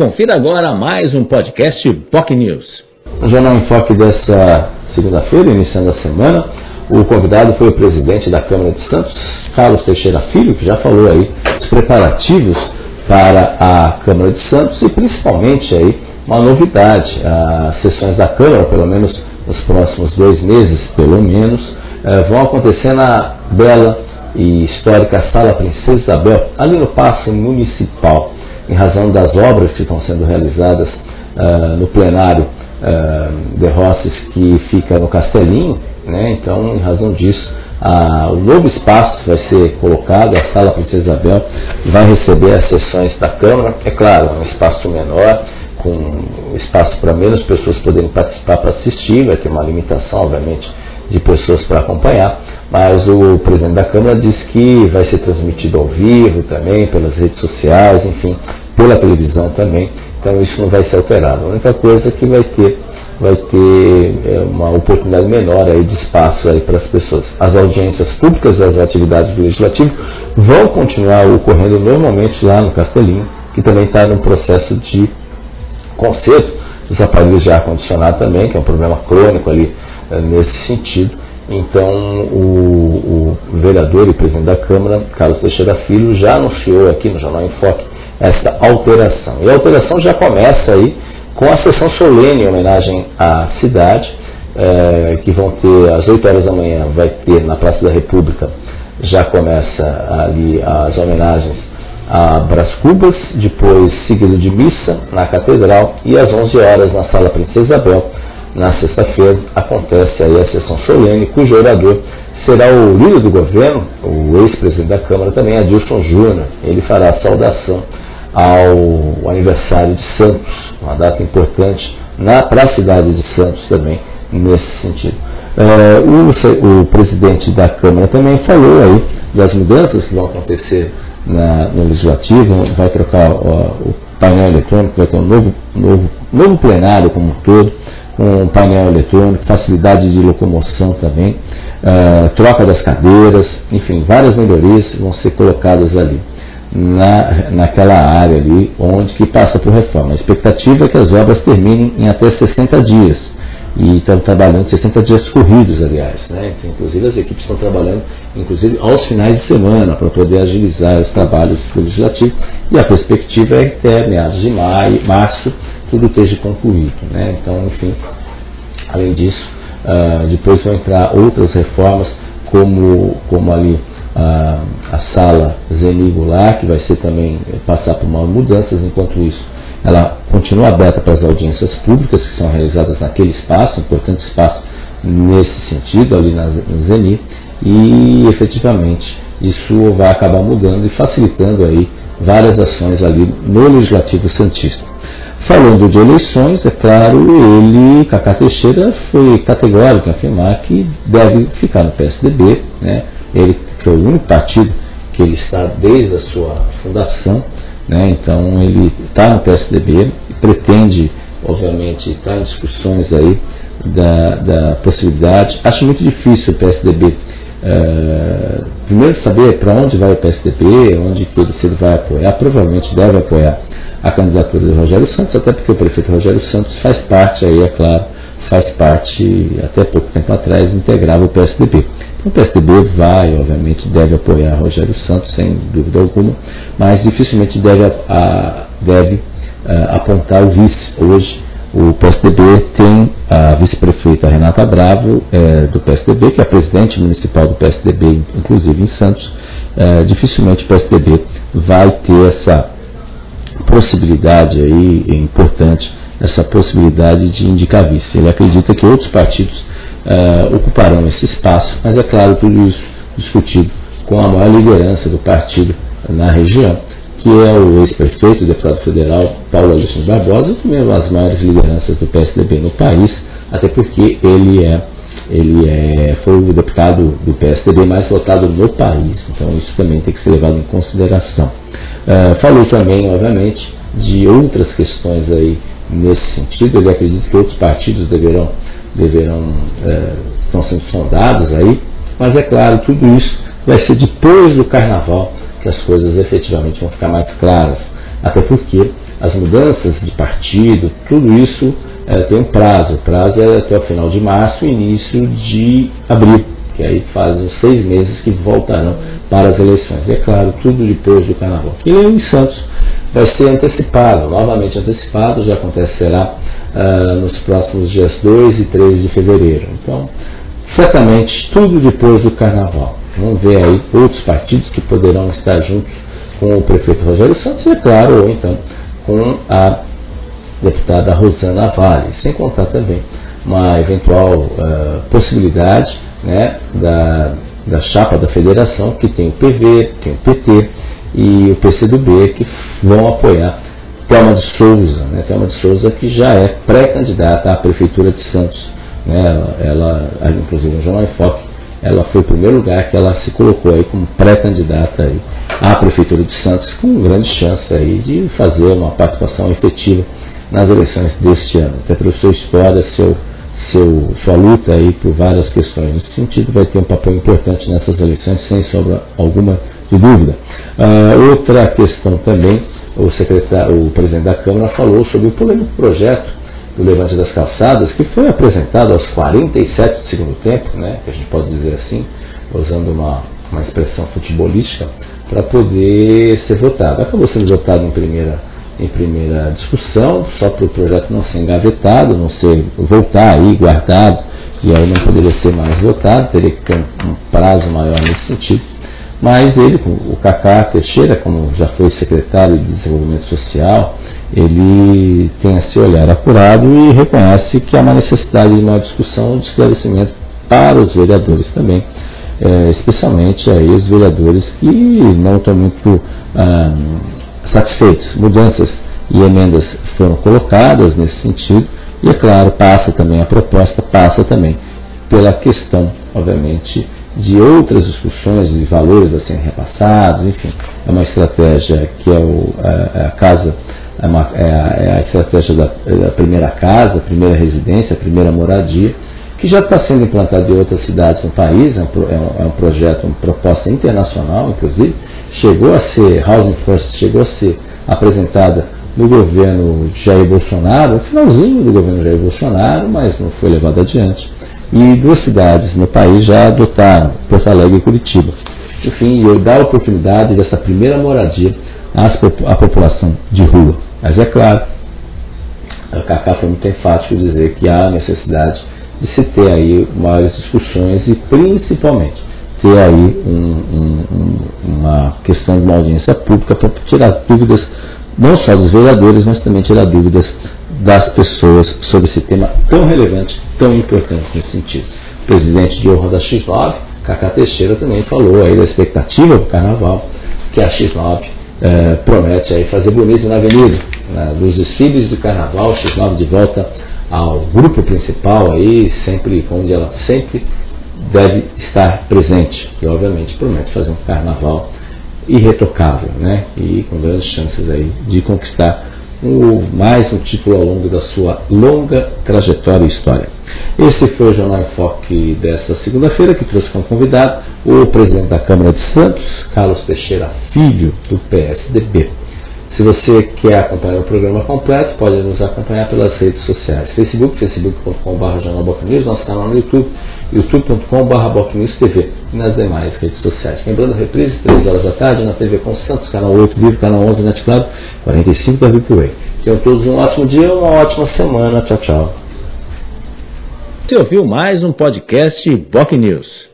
Confira agora mais um podcast POC News. No Jornal em Foque dessa segunda-feira, iniciando a semana, o convidado foi o presidente da Câmara de Santos, Carlos Teixeira Filho, que já falou aí dos preparativos para a Câmara de Santos e principalmente aí uma novidade. As sessões da Câmara, pelo menos nos próximos 2 meses, pelo menos, vão acontecer na bela e histórica Sala Princesa Isabel, ali no Paço Municipal, em razão das obras que estão sendo realizadas no plenário de Rosses, que fica no Castelinho, né? Então, em razão disso, o novo espaço vai ser colocado, a Sala Princesa Isabel vai receber as sessões da Câmara, é claro, um espaço menor, com espaço para menos pessoas poderem participar para assistir, vai ter uma limitação, obviamente, de pessoas para acompanhar, mas o presidente da Câmara disse que vai ser transmitido ao vivo também, pelas redes sociais, enfim, pela televisão também, então isso não vai ser alterado. A única coisa é que vai ter uma oportunidade menor aí de espaço aí para as pessoas. As audiências públicas, as atividades do Legislativo vão continuar ocorrendo normalmente lá no Castelinho, que também está num processo de conserto dos aparelhos de ar-condicionado também, que é um problema crônico ali nesse sentido. Então, o vereador e presidente da Câmara, Carlos Teixeira Filho, já anunciou aqui no Jornal em Foque essa alteração. E a alteração já começa aí com a sessão solene em homenagem à cidade, que vão ter às 8 horas da manhã, vai ter na Praça da República, já começa ali as homenagens a Brás Cubas, depois seguido de missa na Catedral, e às 11 horas na Sala Princesa Isabel, na sexta-feira, acontece aí a sessão solene, cujo orador será o líder do governo, o ex-presidente da Câmara também, Adilson Júnior. Ele fará a saudação ao aniversário de Santos, uma data importante para a cidade de Santos também, nesse sentido. O presidente da Câmara também falou aí das mudanças que vão acontecer no Legislativo, vai trocar o painel eletrônico, vai ter um novo plenário como um todo, com painel eletrônico, facilidade de locomoção também, troca das cadeiras, enfim, várias melhorias vão ser colocadas ali, naquela área ali, que passa por reforma. A expectativa é que as obras terminem em até 60 dias, e estão trabalhando 60 dias corridos, aliás, né? Então, inclusive as equipes estão trabalhando, inclusive aos finais de semana, para poder agilizar os trabalhos do Legislativo, e a perspectiva é que até meados de março, tudo esteja concluído, né? Então, enfim, além disso, depois vão entrar outras reformas, como ali a sala Zeni Goulart, que vai ser também passar por umas mudanças. Enquanto isso, ela continua aberta para as audiências públicas que são realizadas naquele espaço, importante espaço nesse sentido, ali na Zeni, e efetivamente isso vai acabar mudando e facilitando aí várias ações ali no Legislativo Santista. Falando de eleições, é claro, Cacá Teixeira, foi categórico em afirmar que deve ficar no PSDB, né? Ele que é o único partido que ele está desde a sua fundação, né? Então ele está no PSDB e pretende, obviamente, estar em discussões aí da possibilidade. Acho muito difícil o PSDB primeiro saber para onde vai o PSDB, se ele vai apoiar. Provavelmente deve apoiar a candidatura do Rogério Santos, até porque o prefeito Rogério Santos faz parte aí, é claro, até pouco tempo atrás, integrava o PSDB. Então o PSDB obviamente, deve apoiar Rogério Santos, sem dúvida alguma, mas dificilmente deve apontar o vice. Hoje o PSDB tem a vice-prefeita Renata Bravo, do PSDB, que é a presidente municipal do PSDB, inclusive em Santos. Dificilmente o PSDB vai ter essa possibilidade aí importante, essa possibilidade de indicar vice. Ele acredita que outros partidos ocuparão esse espaço, mas é claro, tudo isso discutido com a maior liderança do partido na região, que é o ex-prefeito, deputado federal Paulo Alexandre Barbosa, e também as maiores lideranças do PSDB no país, até porque ele foi o deputado do PSDB mais votado no país, então isso também tem que ser levado em consideração. Falou também, obviamente, de outras questões aí nesse sentido. Ele acredita que outros partidos estão sendo sondados aí, mas é claro, tudo isso vai ser depois do Carnaval que as coisas efetivamente vão ficar mais claras, até porque as mudanças de partido, tudo isso tem um prazo. O prazo é até o final de março, início de abril, que aí faz uns 6 meses que voltarão para as eleições. E é claro, tudo depois do carnaval. Que em Santos vai ser antecipado, novamente antecipado, já acontecerá nos próximos dias 2 e 3 de fevereiro. Então, certamente, tudo depois do carnaval. Vamos ver aí outros partidos que poderão estar juntos com o prefeito Rogério Santos, e é claro, ou então com a deputada Rosana Vale, sem contar também uma eventual possibilidade, né, da chapa da federação, que tem o PV, tem o PT e o PCdoB, que vão apoiar Thelma de Souza, né, Thelma de Souza, que já é pré-candidata à Prefeitura de Santos, né, ela inclusive no Jornal em Foque, ela foi o primeiro lugar que ela se colocou aí como pré-candidata aí à Prefeitura de Santos, com grande chance aí de fazer uma participação efetiva nas eleições deste ano, até pela sua história, sua luta aí por várias questões. Nesse sentido, vai ter um papel importante nessas eleições, sem sombra alguma de dúvida. Outra questão também, o presidente da Câmara falou sobre o polêmico projeto do Levante das Calçadas, que foi apresentado aos 47 do segundo tempo, né, que a gente pode dizer assim, usando uma expressão futebolística, para poder ser votado. Acabou sendo votado em primeira discussão, só para o projeto não ser engavetado, não ser voltar aí, guardado, e aí não poderia ser mais votado, teria que ter um prazo maior nesse sentido. Mas ele, o Cacá Teixeira, como já foi secretário de Desenvolvimento Social, ele tem esse olhar apurado e reconhece que há uma necessidade de uma discussão, de esclarecimento para os vereadores também, especialmente aí os vereadores que não estão muito satisfeitos. Mudanças e emendas foram colocadas nesse sentido, e é claro, passa também a proposta, passa também pela questão, obviamente, de outras discussões de valores a serem repassados, enfim, é uma estratégia que é a estratégia da primeira casa, primeira residência, primeira moradia, que já está sendo implantado em outras cidades no país, é um projeto, uma proposta internacional, inclusive, chegou a ser, Housing First chegou a ser apresentada no governo Jair Bolsonaro, no finalzinho do governo Jair Bolsonaro, mas não foi levado adiante. E 2 cidades no país já adotaram, Porto Alegre e Curitiba. Enfim, dá a oportunidade dessa primeira moradia à população de rua. Mas é claro, o Cacá foi muito enfático em dizer que há necessidade de se ter aí maiores discussões e principalmente ter aí uma questão de uma audiência pública para tirar dúvidas não só dos vereadores, mas também tirar dúvidas das pessoas sobre esse tema tão relevante, tão importante nesse sentido. O presidente de honra da X9, Cacá Teixeira, também falou aí da expectativa do carnaval, que a X9 promete aí fazer bonito na avenida, dos desfiles do carnaval, X9 de volta ao grupo principal aí, sempre onde ela sempre deve estar presente, e obviamente promete fazer um carnaval irretocável, né? E com grandes chances aí de conquistar mais um título ao longo da sua longa trajetória e história. Esse foi o Jornal em Foque desta segunda-feira, que trouxe como convidado o presidente da Câmara de Santos, Carlos Teixeira Filho, do PSDB. Se você quer acompanhar o programa completo, pode nos acompanhar pelas redes sociais. facebook.com/jornalbocnews, nosso canal no YouTube, youtube.com/bocnewstv e nas demais redes sociais. Lembrando, reprise, 3 horas da tarde, na TV com Santos, canal 8, Vivo, canal 11, Net Claro, 45 da ViPway. Tenham todos um ótimo dia, uma ótima semana. Tchau, tchau. Você ouviu mais um podcast BocNews.